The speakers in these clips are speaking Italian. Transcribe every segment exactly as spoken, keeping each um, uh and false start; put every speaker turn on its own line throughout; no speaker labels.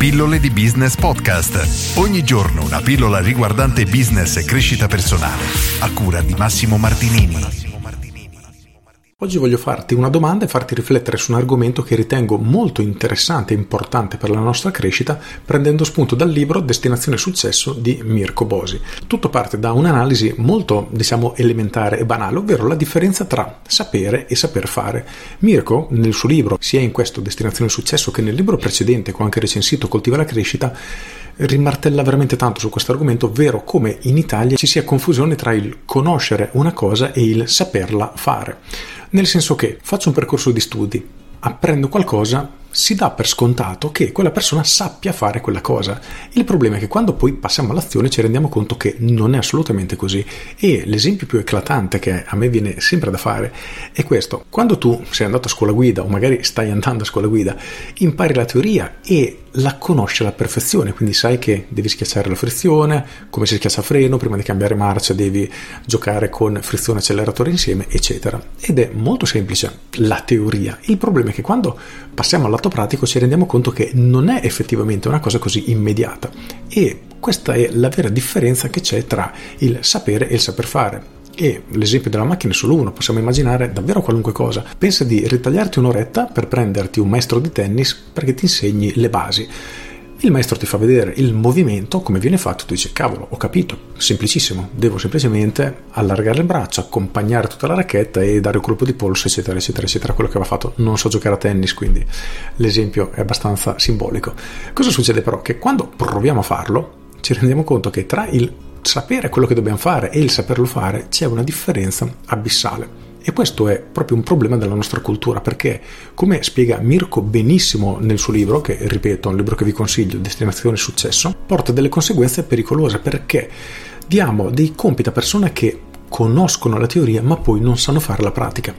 Pillole di Business Podcast. Ogni giorno una pillola riguardante business e crescita personale. A cura di Massimo Martinini.
Oggi voglio farti una domanda e farti riflettere su un argomento che ritengo molto interessante e importante per la nostra crescita, prendendo spunto dal libro Destinazione Successo di Mirko Bosi. Tutto parte da un'analisi molto, diciamo, elementare e banale, ovvero la differenza tra sapere e saper fare. Mirko, nel suo libro, sia in questo Destinazione Successo che nel libro precedente, che ho anche recensito, Coltiva la Crescita, rimartella veramente tanto su questo argomento, ovvero come in Italia ci sia confusione tra il conoscere una cosa e il saperla fare. Nel senso che faccio un percorso di studi, apprendo qualcosa, si dà per scontato che quella persona sappia fare quella cosa. Il problema è che quando poi passiamo all'azione ci rendiamo conto che non è assolutamente così. E l'esempio più eclatante che a me viene sempre da fare è questo. Quando tu sei andato a scuola guida o magari stai andando a scuola guida, impari la teoria e la conosci alla perfezione, quindi sai che devi schiacciare la frizione, come si schiaccia il freno, prima di cambiare marcia devi giocare con frizione e acceleratore insieme, eccetera. Ed è molto semplice la teoria. Il problema è che quando passiamo all'atto pratico ci rendiamo conto che non è effettivamente una cosa così immediata, e questa è la vera differenza che c'è tra il sapere e il saper fare. E l'esempio della macchina è solo uno, possiamo immaginare davvero qualunque cosa. Pensa di ritagliarti un'oretta per prenderti un maestro di tennis perché ti insegni le basi. Il maestro ti fa vedere il movimento, come viene fatto, tu dici cavolo, ho capito, semplicissimo, devo semplicemente allargare il braccio, accompagnare tutta la racchetta e dare un colpo di polso, eccetera eccetera eccetera, quello che va fatto. Non so giocare a tennis, quindi l'esempio è abbastanza simbolico. Cosa succede però? Che quando proviamo a farlo ci rendiamo conto che tra il sapere quello che dobbiamo fare e il saperlo fare c'è una differenza abissale. E questo è proprio un problema della nostra cultura, perché, come spiega Mirko benissimo nel suo libro, che ripeto è un libro che vi consiglio, Destinazione Successo, porta delle conseguenze pericolose, perché diamo dei compiti a persone che conoscono la teoria ma poi non sanno fare la pratica,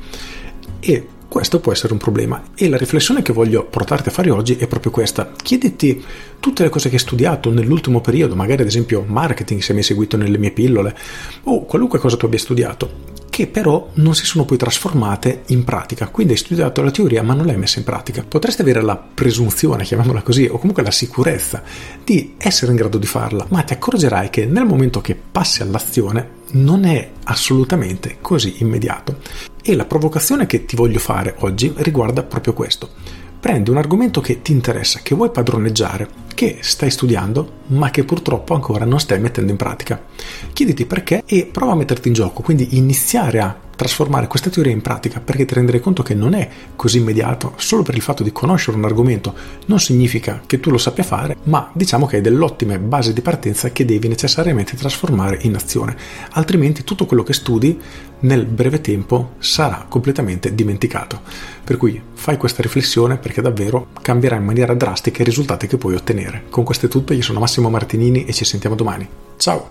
e questo può essere un problema. E la riflessione che voglio portarti a fare oggi è proprio questa. Chiediti tutte le cose che hai studiato nell'ultimo periodo, magari ad esempio marketing, se mi hai seguito nelle mie pillole, o qualunque cosa tu abbia studiato, che però non si sono poi trasformate in pratica. Quindi hai studiato la teoria ma non l'hai messa in pratica. Potresti avere la presunzione, chiamiamola così, o comunque la sicurezza di essere in grado di farla, ma ti accorgerai che nel momento che passi all'azione non è assolutamente così immediato. E la provocazione che ti voglio fare oggi riguarda proprio questo. Prendi un argomento che ti interessa, che vuoi padroneggiare, che stai studiando, ma che purtroppo ancora non stai mettendo in pratica. Chiediti perché e prova a metterti in gioco, quindi iniziare a trasformare questa teoria in pratica, perché ti renderai conto che non è così immediato. Solo per il fatto di conoscere un argomento non significa che tu lo sappia fare, ma diciamo che hai delle ottime basi di partenza che devi necessariamente trasformare in azione, altrimenti tutto quello che studi nel breve tempo sarà completamente dimenticato. Per cui fai questa riflessione, perché davvero cambierà in maniera drastica i risultati che puoi ottenere. Con questo è tutto, io sono Massimo Martinini e ci sentiamo domani. Ciao!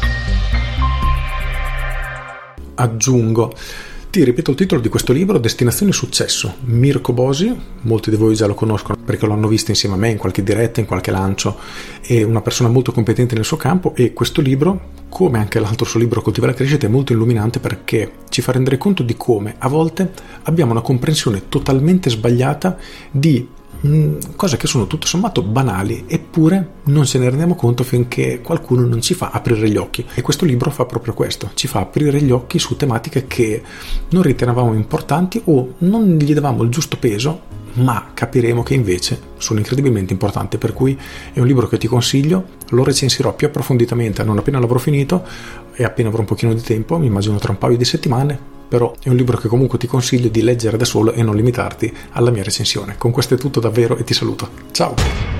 Aggiungo, ti ripeto il titolo di questo libro, Destinazione Successo, Mirko Bosi. Molti di voi già lo conoscono perché lo hanno visto insieme a me in qualche diretta, in qualche lancio. È una persona molto competente nel suo campo, e questo libro, come anche l'altro suo libro Coltiva la Crescita, è molto illuminante perché ci fa rendere conto di come a volte abbiamo una comprensione totalmente sbagliata di cose che sono tutto sommato banali, eppure non ce ne rendiamo conto finché qualcuno non ci fa aprire gli occhi. E questo libro fa proprio questo, ci fa aprire gli occhi su tematiche che non ritenevamo importanti o non gli davamo il giusto peso, ma capiremo che invece sono incredibilmente importanti. Per cui è un libro che ti consiglio, lo recensirò più approfonditamente non appena l'avrò finito e appena avrò un pochino di tempo, mi immagino tra un paio di settimane. Però è un libro che comunque ti consiglio di leggere da solo e non limitarti alla mia recensione. Con questo è tutto davvero e ti saluto. Ciao!